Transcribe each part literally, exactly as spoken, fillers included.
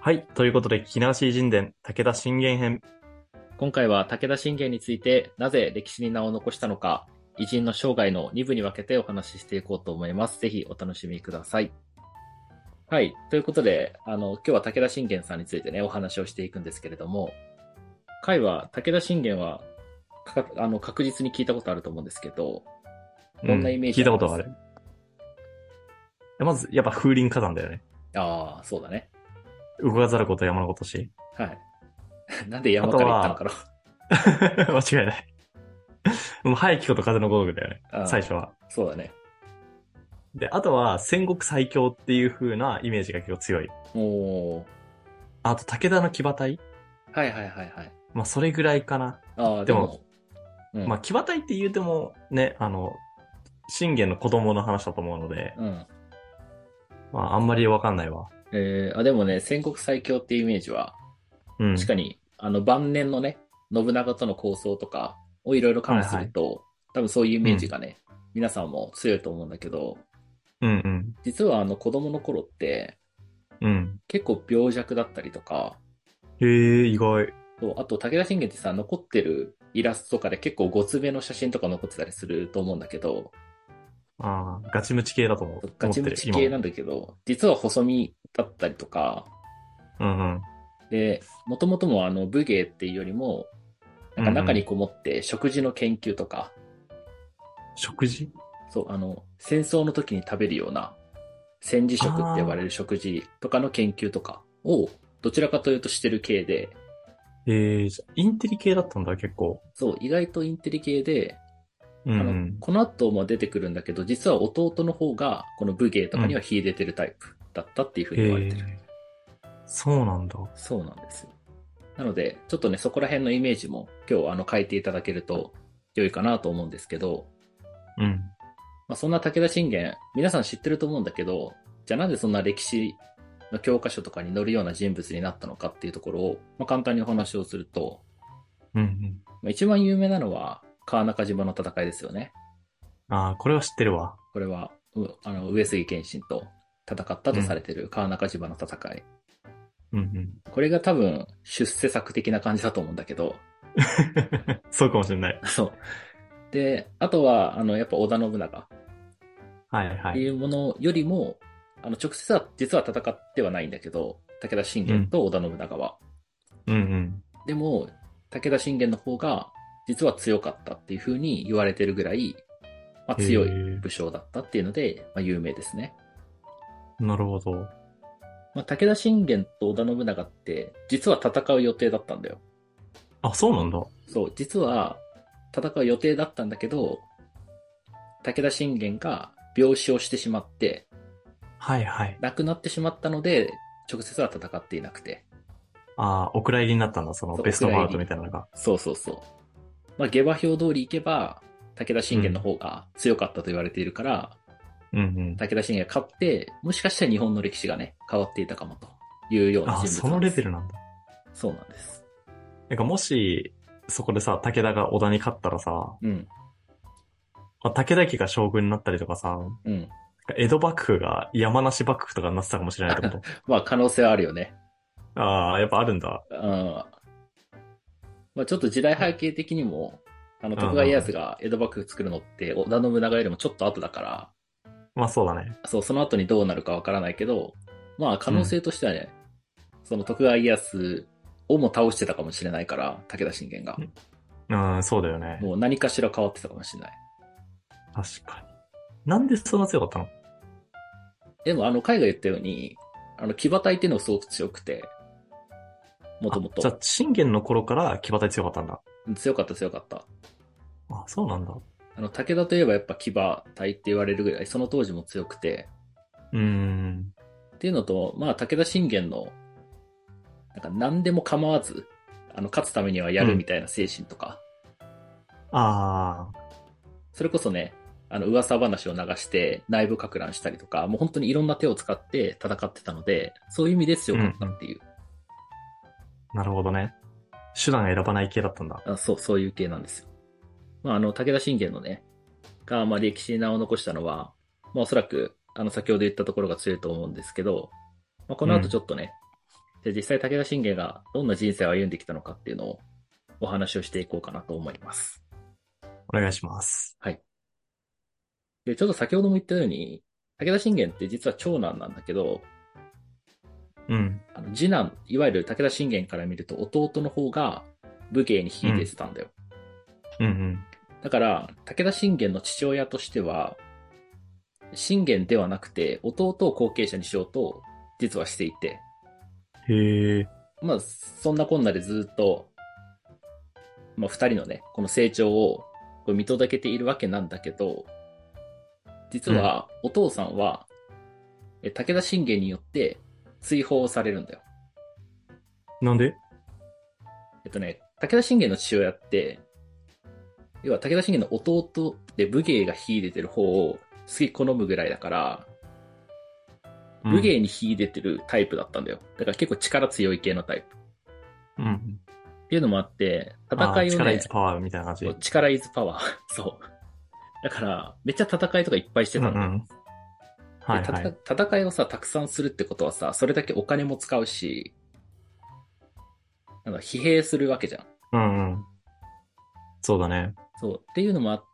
はい。ということで、木梨神殿、武田信玄編。 今回は武田信玄についてなぜ歴史に名を残したのか、偉人の生涯のに部に分けてお話ししていこうと思います。ぜひお楽しみください。はい。ということで、あの、今日は武田信玄さんについてね、お話をしていくんですけれども、回は武田信玄はかあの確実に聞いたことあると思うんですけど、 うん。 どんなイメー聞いジあります？ たことある。まず、やっぱ風林火山だよね。 ああー、そうだね。 動かざること山のことし。 はい。なんであ山から行ったのとは、 かな。 間違いない。もう、早きこと風のごとくだよね。最ああ、 初は。 そうだね。 で、あとは、戦国最強っていう風なイメージが結構強い。 おー。 あと、武田の騎馬隊。 はいはいはいはい。 まあ、それぐらいかな。 ああ、 でも、 でも、うん、 まあ、騎馬隊って言うても、ね、あの、信玄の子供の話だと思うので、 うん。 まあ、あんまりわかんないわ。 えー、あ、でもね、戦国最強っていうイメージは、 うん。 確かに、あの、晩年のね、信長との構想とかをいろいろ加味すはいはい。 ると、多分そういうイうん。 メージがね、皆さんも強いと思うんだけど、 うんうん。 実はあの子供の頃って、 うん。 結構病弱だったりとか、 へえ、意外。 そうあと武田信玄ってさ、残ってるイラストとかで結構ごつめの写真とか残ってたりすると思うんだけど、 ああ、ガチムチ系だと思う、 ガチム思ってる、今も。 チ系なんだけど、実は細身だったりとか、 うんうん。 で、もともともあの武芸っていうよりも、なんか中にうんうん。 こもって食事の研究とか、 食事。 そう、あの、戦争の時に食べるような戦時食って呼ばれるああ食事とかの研究とかをどちらかというとしてる系で、 ー、ええー、じゃインテリ系だったんだ、結構。 そう、意外とインテリ系で、 うんうあの、 ん。 この後も出てくるんだけど、実は弟の方がこの武芸とかにはうん。 秀でてるタイプだったっていうふうに言われてる。 へえ、そうなんだ。 そうなんですよ。なので、ちょっとね、そこら辺のイメージも今日あの変えていただけると良いかなと思うんですけど、 うん。 まあ、そんな武田信玄、皆さん知ってると思うんだけど、じゃあなんでそんな歴史の教科書とかに載るような人物になったのかっていうところを、まあ、簡単にお話をすると、 うんうん。 まあ、一番有名なのは川中島の戦いですよね。 ああ、これは知ってるわ。 これは、うあの上杉謙信と戦ったうん。 とされている川中島の戦い。 うんうん。 これが多分出世作的な感じだと思うんだけど、 そうかもしれない。 そう。で、あとは、あの、やっぱ織田信長っはいはい。 ていうものよりも、あの、直接は実は戦ってはないんだけど、武田信うん。 玄と織田信長は。 うんうん。 でも、武田信玄の方が実は強かったっていう風に言われてるぐらい、まあ、 へ強いえ、 武将だったっていうので、まあ、有名ですね。 なるほど。 まあ、武田信玄と織田信長って実は戦う予定だったんだよ。 あ、そうなんだ。 そう、実は戦う予定だったんだけど、武田信玄が病死をしてしまって、 はいはい。 亡くなってしまったので、直接は戦っていなくて、 ああ、お蔵入りになったんだ、そのそう、おベストバウトみ蔵入り。 たいなのが。 そうそうそう。まあ、下馬評通り行けば、武田信玄のうん。 方が強かったと言われているから、 うんうん。 武田信玄が勝って、もしかしたら日本の歴史がね、変わっていたかもというようなああ、 人物そのなんですよ。 レベルなんだ。 そうなんです。 なんかもし、そこでさ、武田が織田に勝ったらさ、 うん、 まあ、武田家が将軍になったりとかさ、 うん。 江戸幕府が山梨幕府とかになってたかもしれないってこと？ まあ、可能性はあるよね。 ああ、やっぱあるんだ。 うん。まあ、ちょっと時代背景的にも、あの、 うん徳川家うんうん。 康が江戸幕府作るのって、織田信長よりもちょっと後だから、 まあそうだね。 そう、その後にどうなるかわからないけど、まあ、可能うん。 性としてはね、その徳川家康をも倒してたかもしれないから、武田信玄が。 うん、そうだよね。 もう何かしら変わってたかもしれない。 確かに。なんでそんな強かったの？ でも、あの、海が言ったように、あの、騎馬隊っていうのがすごく強くて、もとあ、 もと。 じゃあ、信玄の頃から騎馬隊強かったんだ。 強かった強かった。 あ、そうなんだ。 あの、武田といえばやっぱ騎馬隊って言われるぐらい、その当時も強くて、 うーん。 っていうのと、まあ、武田信玄の、なんか何でも構わず、あの、勝つためにはやうん。 るみたいな精神とか、 ああ、 それこそね、あの、噂話を流して内部か乱したりとか、もう本当にいろんな手を使って戦ってたので、そういう意味で強かっうんうん。 たっていう、 なるほどね。手段選ばない系だったんだ。 あそう、そういう系なんですよ。まあ、あの、武田信玄のね、が、まあ、歴史に名を残したのは、まあ、おそらく、あの、先ほど言ったところが強いと思うんですけど、まあ、この後ちうん。 ょっとね、 じゃあ実際武田信玄がどんな人生を歩んできたのかっていうのをお話をしていこうかなと思います。 お願いします。 はい。で、ちょっと先ほども言ったように、武田信玄って実は長男なんだけど、 うん。 あの次男、いわゆる武田信玄から見ると弟の方が武芸に秀でてたんだよ。 うんうん。 だから、武田信玄の父親としては、信玄ではなくて弟を後継者にしようと実はしていて、 へえ。 まあ、そんなこんなでずっと、まあ、二人のね、この成長をこう見届けているわけなんだけど、実はお父さんは、え武田信玄によって追放されるんだよ。 なんで？ えっとね、武田信玄の父親って、要は武田信玄の弟で武芸が秀でてる方を好き好むぐらいだから、武芸に秀でてるタイプだったんだよ。だから結構力強い系のタイプ。 うん。うん。 っていうのもあって、 ああ、 戦いをね、 力イズパワーみたいな感じ。 力イズパワー。そう。だから、めっちゃ戦いとかいっぱいしてたんだよ。 うんうん。 で、 はいはい。 たた戦いをさ、たくさんするってことはさ、それだけお金も使うし、なんか疲弊するわけじゃん。 うんうん。そうだね。 そう。っていうのもあって、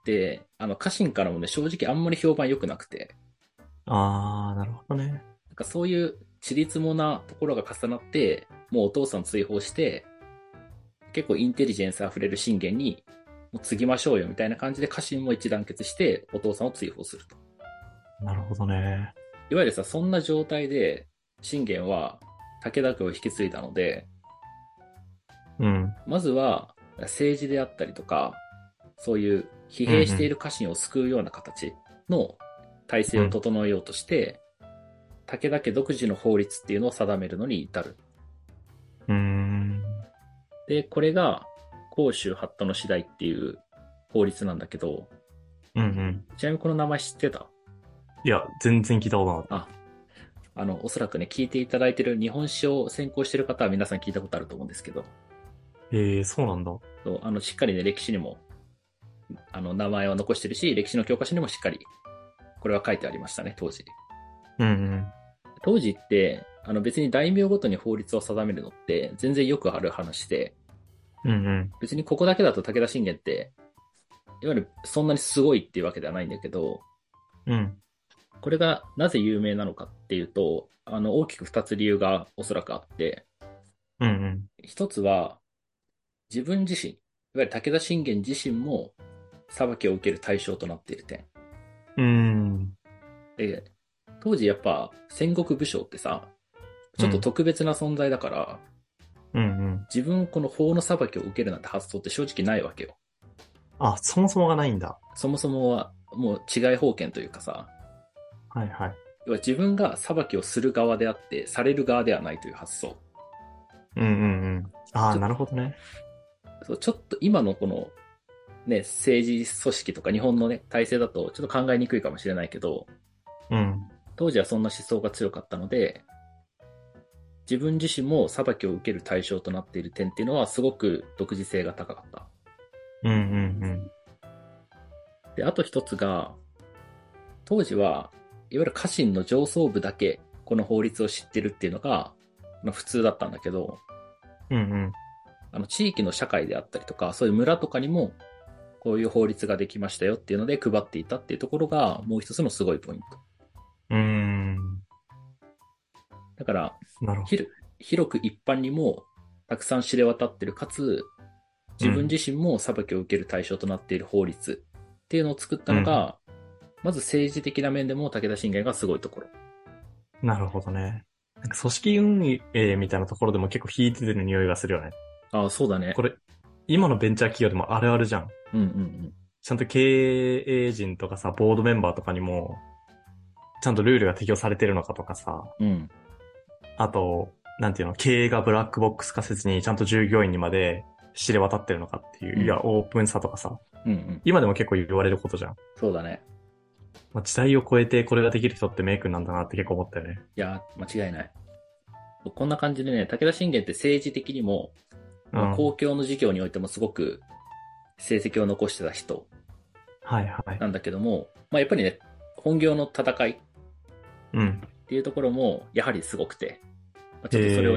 あの、家臣からもね、正直あんまり評判良くなくて、 ああ、なるほどね。 なんかそういうちりつもなところが重なって、もうお父さん追放して、結構インテリジェンス溢れる信玄に、もう継ぎましょうよみたいな感じで家臣も一団結して、お父さんを追放すると。 なるほどね。 いわゆるさ、そんな状態で、信玄は武田家を引き継いだので、 うん。 まずは政治であったりとか、そういう疲うんうん。 弊している家臣を救うような形の体制をうん。 整えようとして、武田家独自の法律っていうのを定めるのに至る。 うーん。 で、これが甲州法度の次第っていう法律なんだけど、 うんうん。 ちなみにこの名前知ってた？ いや、全然聞いたことなかっあ、あの、おそらくね、聞いていただいている日本史を専攻している方は皆さん聞いたことあると思うんですけど、 た。へえ、そうなんだ。 そうあの、しっかりね、歴史にも、あの、名前を残してるし、歴史の教科書にもしっかり、これは書いてありましたね、当時。 うんうん。 当時って、あの、別に大名ごとに法律を定めるのって全然よくある話で、 うんうん。 別にここだけだと武田信玄って、いわゆるそんなにすごいっていうわけではないんだけど、 うん。 これがなぜ有名なのかっていうと、あの、大きく二つ理由がおそらくあって、 うんうん。 一つは、自分自身、いわゆる武田信玄自身も裁きを受ける対象となっている点。 うーん。 で、当時やっぱ戦国武将ってさ、ちょっとうん。 特別な存在だから、 うんうん。 自分この法の裁きを受けるなんて発想って正直ないわけよ。 あ、そもそもがないんだ。 そもそもはもう違い保険というかさ、 はいはい。 要は自分が裁きをする側であって、される側ではないという発想。 うんうんうん。ああ、 ちょなるほどね。 そうちょっと今のこのね、政治組織とか日本のね、体制だとちょっと考えにくいかもしれないけど、 うん。 当時はそんな思想が強かったので、自分自身も裁きを受ける対象となっている点っていうのはすごく独自性が高かった。 うんうんうん。 で、あと一つが、当時は、いわゆる家臣の上層部だけこの法律を知ってるっていうのが、まあ、普通だったんだけど、 うんうん。 あの地域の社会であったりとか、そういう村とかにも、こういう法律ができましたよっていうので配っていたっていうところが、もう一つのすごいポイント。 うーん。 だから、 なるほど。 ひる広く一般にもたくさん知れ渡ってる、かつ、自分うん。 自身も裁きを受ける対象となっている法律っていうのを作ったうん。 のが、まず政治的な面でも武田信玄がすごいところ。 なるほどね。なんか組織運営みたいなところでも結構引いてる匂いがするよね。 ああ、そうだね。 これ、今のベンチャー企業でもあるあるじゃん。 うんうんちゃんと経営陣とかさ、ボードメンバーとかにも、ちゃんとルールが適用されてるのかとかさ、 うん。うん。 あと、なんていうの、経営がブラックボックス化せずに、ちゃんと従業員にまで知れ渡ってるのかっていう、いや、 うん。 オープンさとかさ、 うんうん。 今でも結構言われることじゃん。 そうだね。 まあ、時代を超えてこれができる人ってメイクなんだなって結構思ったよね。 いや、間違いない。こんな感じでね、武田信玄って政治的にも、まあ、 うん。 公共の事業においてもすごく成績を残してた人はいはい。 なんだけども、まあ、やっぱりね、本業の戦いっうん。 ていうところも、やはりすごくて、まあ、ちょっとそれをへえ。 ね、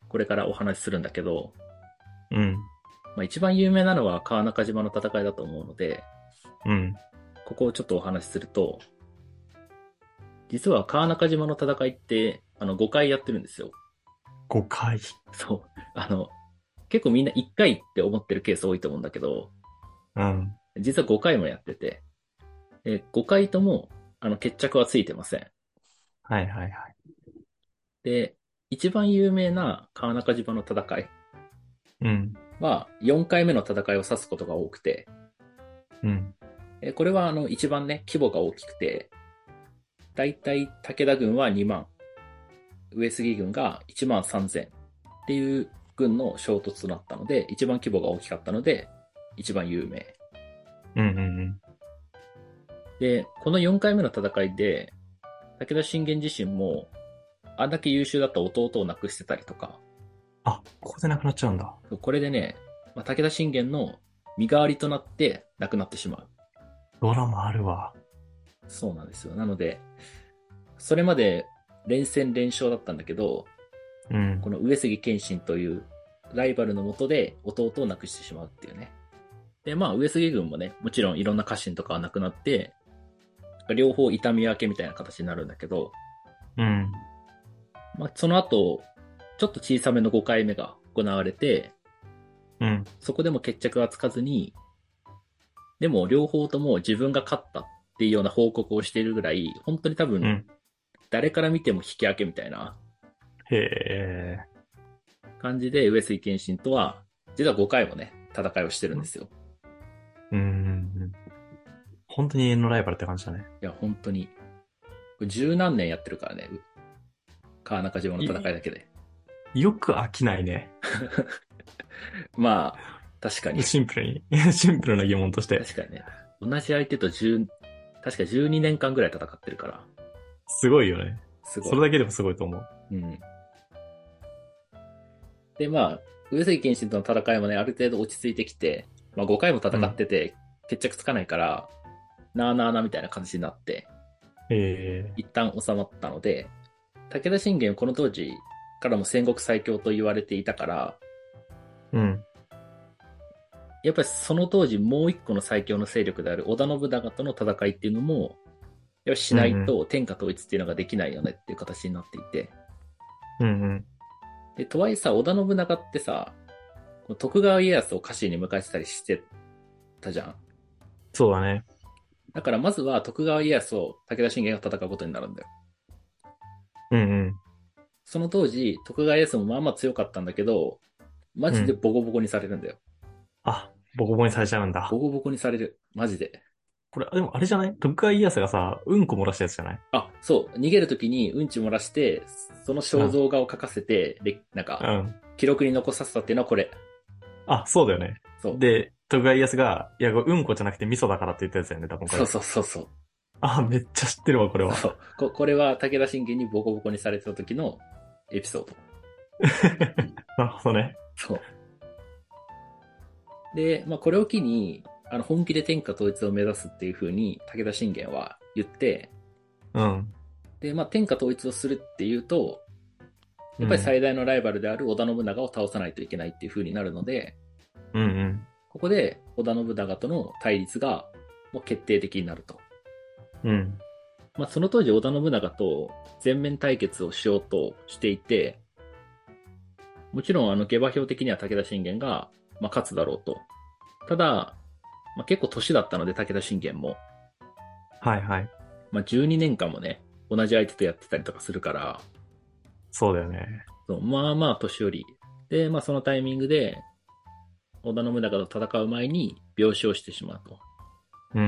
これからお話しするんだけど、 うん。 まあ、一番有名なのは川中島の戦いだと思うので、 うん。 ここをちょっとお話しすると、実は川中島の戦いって、あの、ごかいやってるんですよ。 ごかい。 そう。あの、結構みんないっかいって思ってるケース多いと思うんだけど、 うん。 実はごかいもやってて、でごかいとも、あの、決着はついてません。 はいはいはい。 で、一番有名な川中島の戦いうん。 は、よんかいめの戦いを指すことが多くて、 うん。 えこれはあの、一番ね、規模が大きくて、だいたい武田軍はにまん、上杉軍がいちまんさんぜんっていう軍の衝突となったので、一番規模が大きかったので、一番有名。 うんうんうん。 で、このよんかいめの戦いで、武田信玄自身も、あんだけ優秀だった弟を亡くしてたりとか、 あ、ここでなくなっちゃうんだ。 これでね、まあ、武田信玄の身代わりとなって亡くなってしまう。 ドラマあるわ。 そうなんですよ。なので、それまで連戦連勝だったんだけど、 うん。 この上杉謙信というライバルのもとで弟を亡くしてしまうっていうね。で、まあ上杉軍もね、もちろんいろんな家臣とかは亡くなって、両方痛み分けみたいな形になるんだけど、 うん。 まあその後、ちょっと小さめのごかいめが行われて、 うん。 そこでも決着がつかずに、でも両方とも自分が勝ったっていうような報告をしているぐらい、本当に多分、 うん。 誰から見ても引き分けみたいなへえ。 感じで、上杉謙信とは、実はごかいもね、戦いをしてるんですよ。 うん。本当に永遠のライバルって感じだね。 いや、本当に。十何年やってるからね、川中島の戦いだけで。 よく飽きないね。 まあ、確かに。 シンプルに。シンプルな疑問として。 確かにね。同じ相手とじゅう、確かじゅうにねんかんぐらい戦ってるから。 すごいよね。 すごい。 それだけでもすごいと思う。 うん。で、まあ、上杉謙信との戦いもね、ある程度落ち着いてきて、まあごかいも戦ってて、決着つかないから、なあなあなみたいな感じになって、 ええ。 一旦収まったので、武田信玄この当時からも戦国最強と言われていたから、 うん。 やっぱりその当時もう一個の最強の勢力である織田信長との戦いっていうのも、やっぱしないと天下統一っていうのができないよねっていう形になっていて。 うんうん。 で、とはいえさ、織田信長ってさ、徳川家康を家臣に迎えてたりしてたじゃん。 そうだね。 だからまずは徳川家康を武田信玄が戦うことになるんだよ。 うんその当時、徳川家康もまあまあ強かったんだけど、マうん。うジでん。 ボコボコにされるんだよ。 あ、ボコボコにされちゃうんだ。 ボコボコにされる。マジで。 これ、でもあれじゃない徳川家康がさ、うんこ漏らしたやつじゃない？ あ、そう。逃げるときにうんち漏らして、その肖像画を描かせて、で、なんか、 うん。 記録に残させたっていうのはこれ。 あ、そうだよね。 そう。 で、徳川家康が、いや、これうんこじゃなくて味噌だからって言ったやつだよね、多分これ。 そうそうそうそう。 あ、めっちゃ知ってるわ、これは。 そうこ。これは武田信玄にボコボコにされてた時のエピソード。 なるほどね。 そう。で、まあこれを機に、あの本気で天下統一を目指すっていう風に武田信玄は言って、 うん。 で、まあ天下統一をするっていうと、やっぱりうん。 最大のライバルである織田信長を倒さないといけないっていう風になるので、 うんうん。 ここで織田信長との対立がもう決定的になると。 うん。 まあその当時織田信長と全面対決をしようとしていて、もちろんあの下馬評的には武田信玄が、まあ、勝つだろうと。ただ、まあ、結構年だったので武田信玄も、 はいはい。 まあ、じゅうにねんかんもね、同じ相手とやってたりとかするから、 そうだよね。 そうまあまあ年寄り。で、まあそのタイミングで、織田信長と戦う前に病死をしてしまうと。 うん。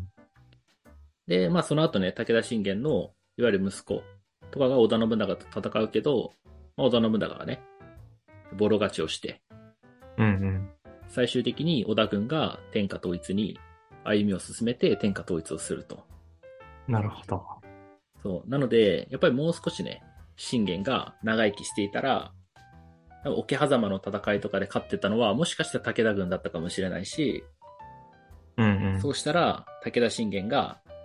で、まあその後ね、武田信玄の、いわゆる息子とかが織田信長と戦うけど、まあ、織田信長がね、ボロ勝ちをして、 うんうん。 最終的に織田軍が天下統一に歩みを進めて天下統一をすると。 なるほど。 そう。なので、やっぱりもう少しね、信玄が長生きしていたら、桶狭間の戦いとかで勝ってたのは、もしかしたら武田軍だったかもしれないし、 うんうん。 そうしたら武田信玄が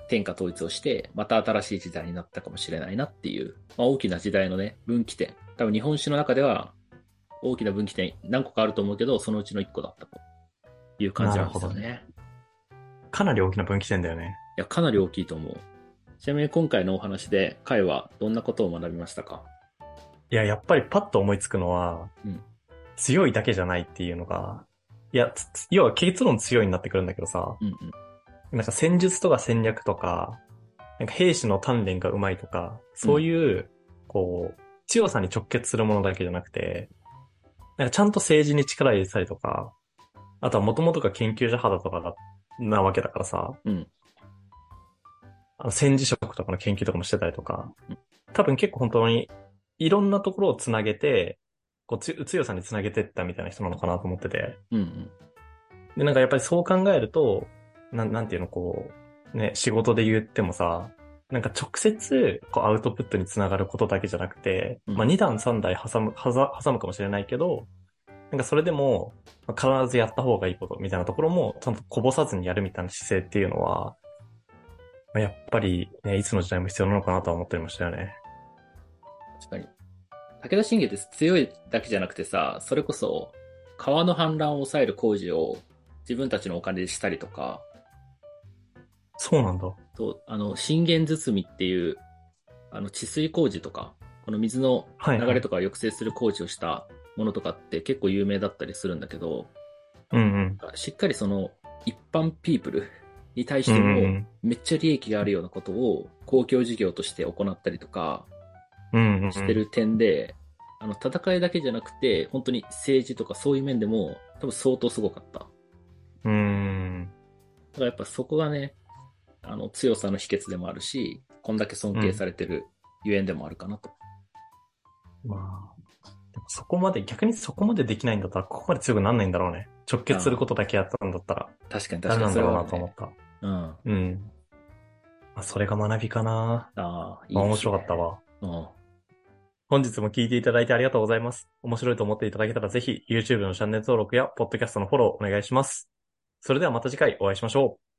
天下統一をして、また新しい時代になったかもしれないなっていう、まあ、大きな時代のね、分岐点。多分日本史の中では大きな分岐点何個かあると思うけど、そのうちのいっこだったという感じなんですよね。 なるほどね。かなり大きな分岐点だよね。 いや、かなり大きいと思う。ちなみに今回のお話で、カイはどんなことを学びましたか？ いや、やっぱりパッと思いつくのは、 うん、 強いだけじゃないっていうのが、いや、つつ要は結論強いになってくるんだけどさ、 うん、うん。 なんか戦術とか戦略とか、なんか兵士の鍛錬がうまいとか、そういう、こう、強さに直結するものだけじゃなくて、なんかちゃんと政治に力入れてたりとか、あとは元々が研究者肌とかだなわけだからさ、 うん、 あの戦時食とかの研究とかもしてたりとかうん、 多分結構本当にいろんなところをつなげて、こうつ強さにつなげてったみたいな人なのかなと思ってて。 うん、うん。 で、なんかやっぱりそう考えると、なん、なんていうの、こう、ね、仕事で言ってもさ、なんか直接こうアウトプットにつながることだけじゃなくて、 うんまあに段さん段挟む、はざ挟むかもしれないけど、なんかそれでも、まあ必ずやった方がいいことみたいなところもちゃんとこぼさずにやるみたいな姿勢っていうのは、まあやっぱりね、いつの時代も必要なのかなとは思ってましたよね。 確かに。武田信玄って強いだけじゃなくてさ、それこそ川の氾濫を抑える工事を自分たちのお金でしたりとか、 そうなんだ。 と、あの、信玄堤っていう、あの、治水工事とか、この水のはいはい。 流れとかを抑制する工事をしたものとかって結構有名だったりするんだけど、 うんうん。 しっかりその一般ピープルに対しうんてもうんめっちゃ利益があるようなことを公共事業として行ったりとかうん。うんうんうん。 してる点で、あの、戦いだけじゃなくて、本当に政治とかそういう面でも多分相当すごかった。だかうーん。 らやっぱそこがね、あの、強さの秘訣でもあるし、こんだけ尊敬されてるゆえんでもあるかなと。 まあ、でもそこまで、逆にそこまでできないんだったら、ここまで強くなんないんだろうね。直結することだけやったんだったら、 確かに確誰かになんだろうなそれはあるね。 と思った。 うん。あうん。まあ、それが学びかな。 あ、いまあ、面いですね。 白かったわ。 うん。 本日も聞いていただいてありがとうございます。面白いと思っていただけたらぜひ YouTube のチャンネル登録や Podcast のフォローお願いします。それではまた次回お会いしましょう。